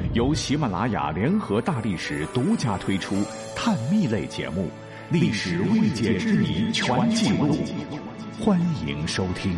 由喜马拉雅联合大历史独家推出探秘类节目《历史未解之谜全记录》，欢迎收听。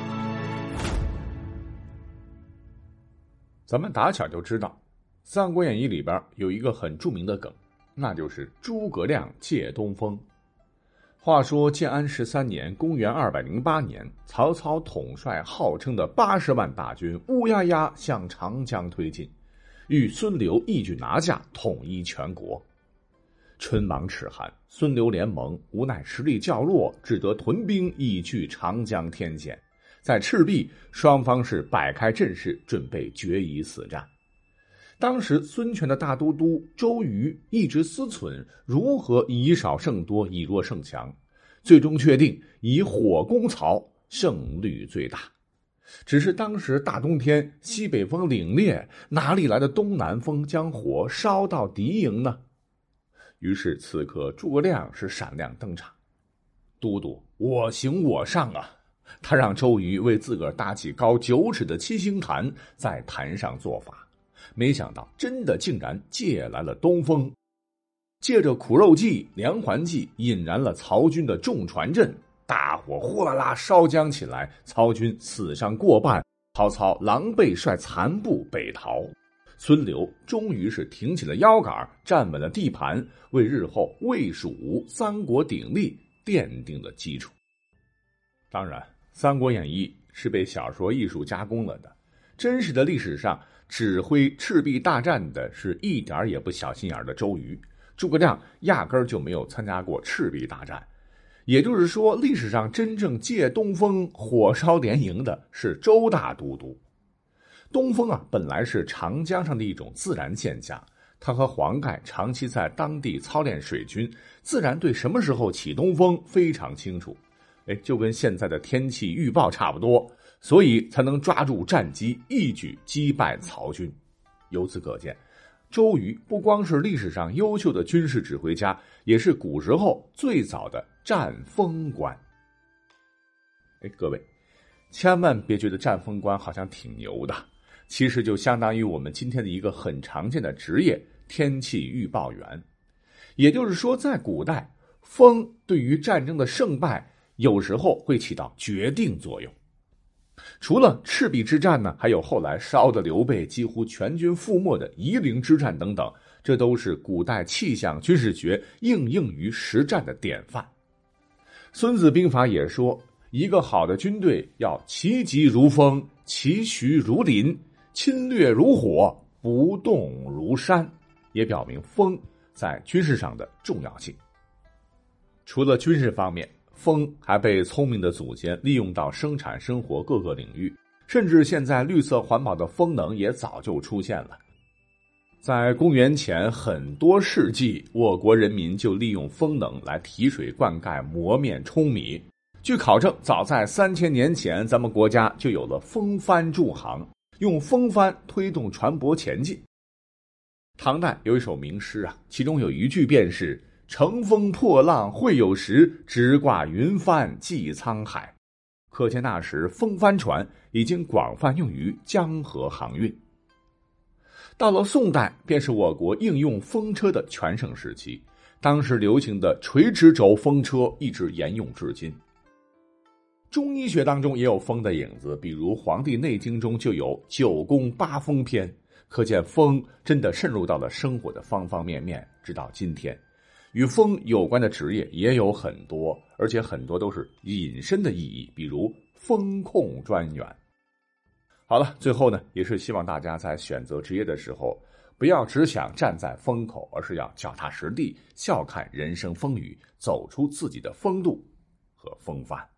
咱们打小就知道，《三国演义》里边有一个很著名的梗，那就是诸葛亮借东风。话说建安13年，公元208年，曹操统帅号称的80万大军乌压压向长江推进，与孙刘一举拿下，统一全国。春亡齿寒，孙刘联盟无奈实力较弱，只得屯兵以拒长江天险。在赤壁，双方是摆开阵势，准备决一死战。当时孙权的大都督周瑜一直思忖如何以少胜多，以弱胜强，最终确定以火攻曹，胜率最大。只是当时大冬天，西北风凛冽，哪里来的东南风将火烧到敌营呢？于是此刻诸葛亮是闪亮登场，都督我行我上啊！他让周瑜为自个儿搭起高9尺的七星坛，在坛上做法，没想到真的竟然借来了东风，借着苦肉计、连环计引燃了曹军的重船阵，大火呼啦啦烧将起来，曹军死伤过半，曹操狼狈率残部北逃。孙刘终于是挺起了腰杆，站稳了地盘，为日后魏蜀吴三国鼎立奠定了基础。当然，《三国演义》是被小说艺术加工了的，真实的历史上指挥赤壁大战的是一点也不小心眼的周瑜，诸葛亮压根儿就没有参加过赤壁大战。也就是说，历史上真正借东风火烧连营的是周大都督。东风本来是长江上的一种自然现象，他和黄盖长期在当地操练水军，自然对什么时候起东风非常清楚。就跟现在的天气预报差不多，所以才能抓住战机，一举击败曹军。由此可见，周瑜不光是历史上优秀的军事指挥家，也是古时候最早的战锋官。各位，千万别觉得战锋官好像挺牛的，其实就相当于我们今天的一个很常见的职业——天气预报员。也就是说，在古代，风对于战争的胜败有时候会起到决定作用。除了赤壁之战呢，还有后来烧的刘备几乎全军覆没的夷陵之战等等，这都是古代气象军事学应用于实战的典范。孙子兵法也说，一个好的军队要其疾如风，其徐如林，侵略如火，不动如山，也表明风在军事上的重要性。除了军事方面，风还被聪明的祖先利用到生产生活各个领域，甚至现在绿色环保的风能也早就出现了。在公元前很多世纪，我国人民就利用风能来提水灌溉、磨面舂米。据考证，早在3000年前，咱们国家就有了风帆助航，用风帆推动船舶前进。唐代有一首名诗其中有一句便是乘风破浪会有时，直挂云帆济沧海。可见那时风帆船已经广泛用于江河航运。到了宋代，便是我国应用风车的全盛时期，当时流行的垂直轴风车一直沿用至今。中医学当中也有风的影子，比如《黄帝内经》中就有9宫8风篇，可见风真的渗入到了生活的方方面面，直到今天。与风有关的职业也有很多，而且很多都是引申的意义，比如风控专员。好了，最后呢，也是希望大家在选择职业的时候，不要只想站在风口，而是要脚踏实地，笑看人生风雨，走出自己的风度和风范。